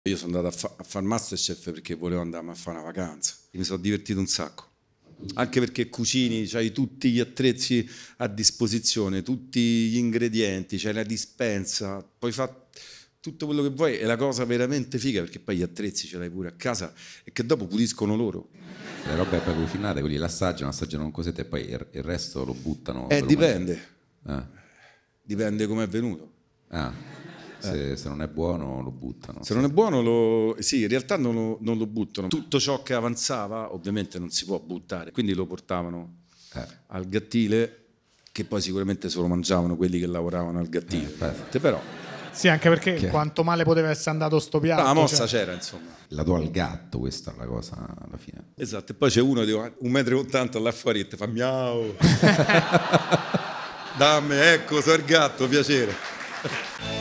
Io sono andato a fare Masterchef perché volevo andare a fare una vacanza. Mi sono divertito un sacco. Anche perché cucini, c'hai tutti gli attrezzi a disposizione, tutti gli ingredienti, c'hai la dispensa, puoi fare tutto quello che vuoi. È la cosa veramente figa perché poi gli attrezzi ce l'hai pure a casa e che dopo puliscono loro. Le robe poi cucinate, quelli l'assaggiano con cosette e poi il resto lo buttano. Dipende. Dipende come è venuto. Se non è buono lo buttano. Se non è buono, sì, in realtà non lo buttano. Tutto ciò che avanzava ovviamente non si può buttare, quindi lo portavano al Gattile, che poi sicuramente se lo mangiavano quelli che lavoravano al Gattile. Però sì, anche perché quanto male poteva essere andato sto piatto. La mossa c'era, insomma. La do al gatto, questa è la cosa alla fine. Esatto, e poi c'è uno di 1,80 m là fuori e ti fa miau. Dammi, ecco, sono il gatto, piacere.